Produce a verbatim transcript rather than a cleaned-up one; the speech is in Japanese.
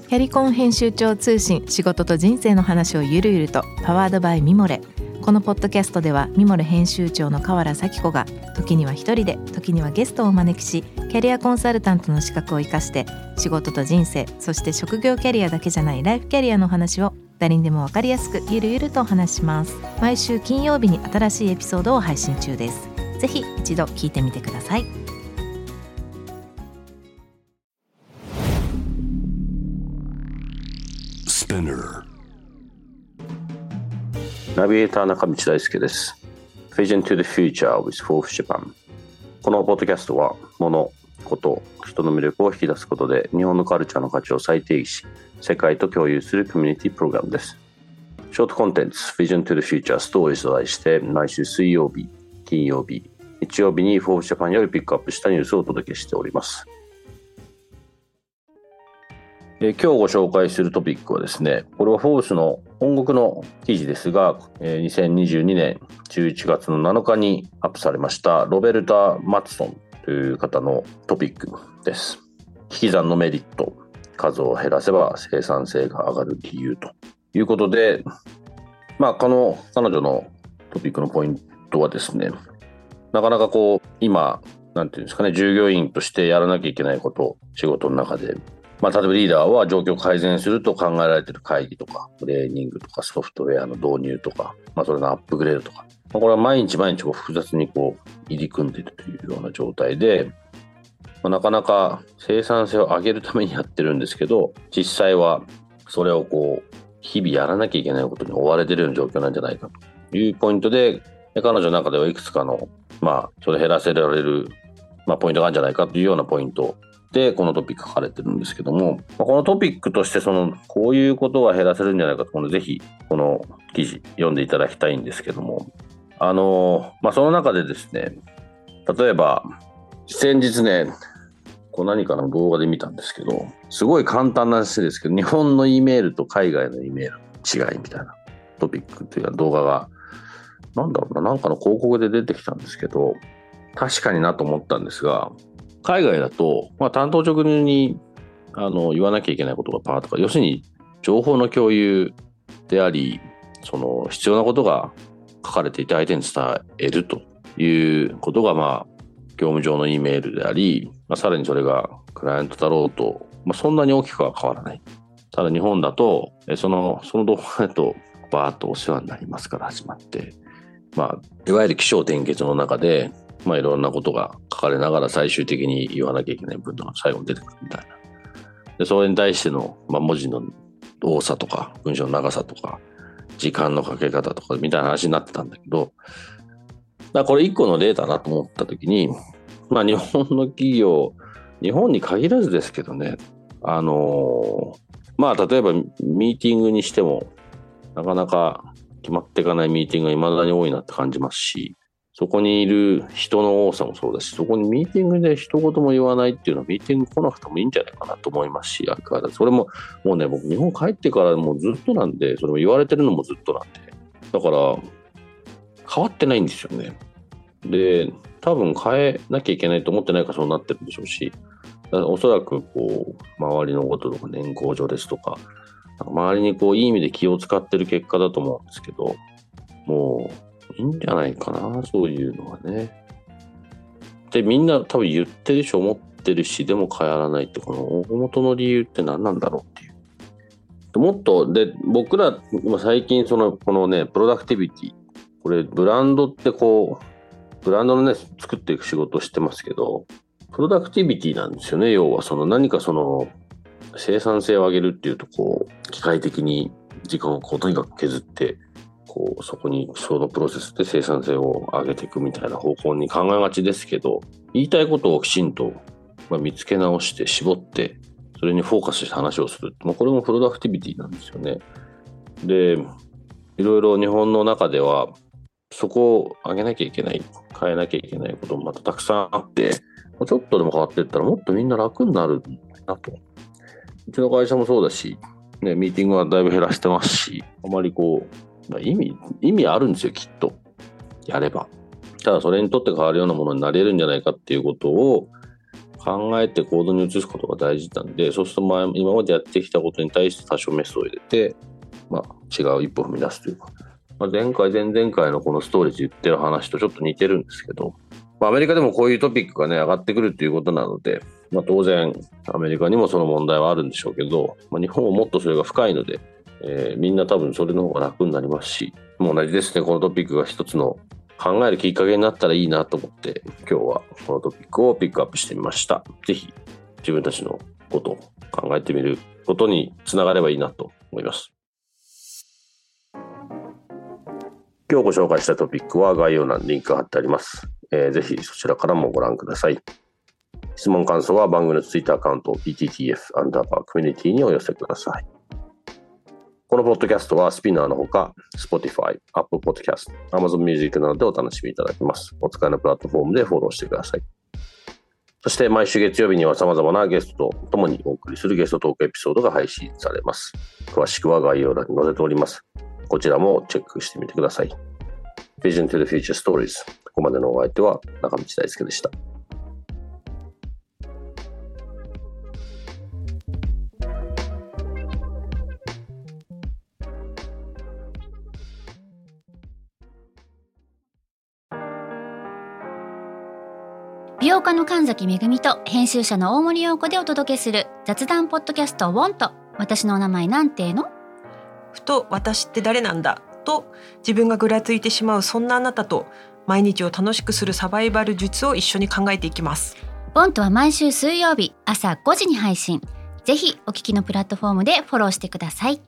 キャリコン編集長通信、仕事と人生の話をゆるゆると、パワードバイミモレ。このポッドキャストではミモレ編集長の河原咲子が時には一人で、時にはゲストをお招きし、キャリアコンサルタントの資格を生かして仕事と人生、そして職業キャリアだけじゃないライフキャリアの話を誰にでも分かりやすくゆるゆるとお話します。毎週金曜日に新しいエピソードを配信中です。ぜひ一度聞いてみてください。 ナビゲーター中道大輔です。Vision to the Future with Forbes Japan。 このポッドキャストは物、こと、人の魅力を引き出すことで日本のカルチャーの価値を再定義し、世界と共有するコミュニティプログラムです。ショートコンテンツ Vision to the Future Stories と題して、毎週水曜日、金曜日、日曜日に Forbes Japan よりピックアップしたニュースをお届けしております。えー、今日ご紹介するトピックはですね、これはフォーブスの本国の記事ですが、えー、にせんにじゅうにねんじゅういちがつのなのかにアップされましたロベルタ・マツソンという方のトピックです。引き算のメリット、数を減らせば生産性が上がる理由ということで、まあこの彼女のトピックのポイントはですね、なかなかこう今なんていうんですかね、従業員としてやらなきゃいけないこと、仕事の中で、まあ、例えばリーダーは状況を改善すると考えられている会議とかトレーニングとかソフトウェアの導入とか、まあ、それのアップグレードとか、まあ、これは毎日毎日こう複雑にこう入り組んでいるというような状態で、まあ、なかなか生産性を上げるためにやってるんですけど、実際はそれをこう日々やらなきゃいけないことに追われているような状況なんじゃないかというポイントで、彼女の中ではいくつかの、まあ、それを減らせられる、まあ、ポイントがあるんじゃないかというようなポイントでこのトピック書かれてるんですけども、このトピックとしてそのこういうことが減らせるんじゃないかと、このぜひこの記事読んでいただきたいんですけども、あのまあその中でですね、例えば先日ね、こう何かの動画で見たんですけど、すごい簡単な話ですけど、日本の E メールと海外の E メールの違いみたいなトピックというか動画が、なんだろうな、なんかの広告で出てきたんですけど、確かになと思ったんですが、海外だと、まあ、担当直入にあの言わなきゃいけないことがパーとか、要するに情報の共有であり、その必要なことが書かれていて相手に伝えるということが、まあ業務上の E メールであり、まあ、さらにそれがクライアントだろうと、まあ、そんなに大きくは変わらない。ただ日本だとそのその動画だとバーッとお世話になりますから始まって、まあいわゆる起承転結の中で、まあ、いろんなことが書かれながら最終的に言わなきゃいけない文章が最後に出てくるみたいな。でそれに対しての、まあ、文字の多さとか文章の長さとか時間のかけ方とかみたいな話になってたんだけど、だからこれ一個のデータだと思った時に、まあ、日本の企業、日本に限らずですけどね、あのー、まあ例えばミーティングにしてもなかなか決まっていかないミーティングが未だに多いなって感じますし、そこにいる人の多さもそうだし、そこにミーティングで一言も言わないっていうのはミーティング来なくてもいいんじゃないかなと思いますし、相変わらずそれももうね、僕日本帰ってからもうずっとなんで、それも言われてるのもずっとなんで、だから変わってないんですよね。で、多分変えなきゃいけないと思ってないからそうなってるんでしょうし、おそらくこう周りのこととか年功序列とか、周りにこういい意味で気を使ってる結果だと思うんですけど、もういいんじゃないかな、そういうのはね。で、みんな多分言ってるし思ってるし、でも変わらないって、この大元の理由って何なんだろうっていう。もっとで、僕ら今最近そのこのね、プロダクティビティ、これブランドってこうブランドのね作っていく仕事をしてますけど、プロダクティビティなんですよね。要はその何かその生産性を上げるっていうと、こう機械的に時間をこうとにかく削ってこうそこにそのプロセスで生産性を上げていくみたいな方向に考えがちですけど、言いたいことをきちんと見つけ直して絞ってそれにフォーカスして話をする、まあ、これもプロダクティビティなんですよね。で、いろいろ日本の中ではそこを上げなきゃいけない、変えなきゃいけないこともまたたくさんあって、ちょっとでも変わっていったらもっとみんな楽になるなと。うちの会社もそうだし、ね、ミーティングはだいぶ減らしてますし、あまりこう意味意味あるんですよ、きっとやれば。ただそれにとって変わるようなものになれるんじゃないかっていうことを考えて行動に移すことが大事なんで、そうすると前今までやってきたことに対して多少メスを入れて、まあ、違う一歩踏み出すというか、まあ、前回前々回のこのストーリーズ言ってる話とちょっと似てるんですけど、まあ、アメリカでもこういうトピックがね上がってくるということなので、まあ、当然アメリカにもその問題はあるんでしょうけど、まあ、日本はもっとそれが深いので、えー、みんな多分それの方が楽になりますし、もう同じですね、このトピックが一つの考えるきっかけになったらいいなと思って今日はこのトピックをピックアップしてみました。ぜひ自分たちのことを考えてみることにつながればいいなと思います。今日ご紹介したトピックは概要欄にリンクが貼ってあります。えー、ぜひそちらからもご覧ください。質問感想は番組のツイッターアカウント ピーティーティーエフ アンダーバーコミュニティにお寄せください。このポッドキャストはスピナーのほか Spotify、Apple Podcast、Amazon Music などでお楽しみいただけます。お使いのプラットフォームでフォローしてください。そして毎週月曜日には様々なゲストと共にお送りするゲストトークエピソードが配信されます。詳しくは概要欄に載せております。こちらもチェックしてみてください。Vision to the Future Stories。ここまでのお相手は中道大輔でした。 美容家の神崎めぐみと編集者の大森洋子でお届けする雑談ポッドキャストウォンと私のお名前なんていうの？ ふと私って誰なんだと自分がぐらついてしまうそんなあなたと毎日を楽しくするサバイバル術を一緒に考えていきます。 ウォンとは毎週水曜日朝ごじに配信。ぜひお聞きのプラットフォームでフォローしてください。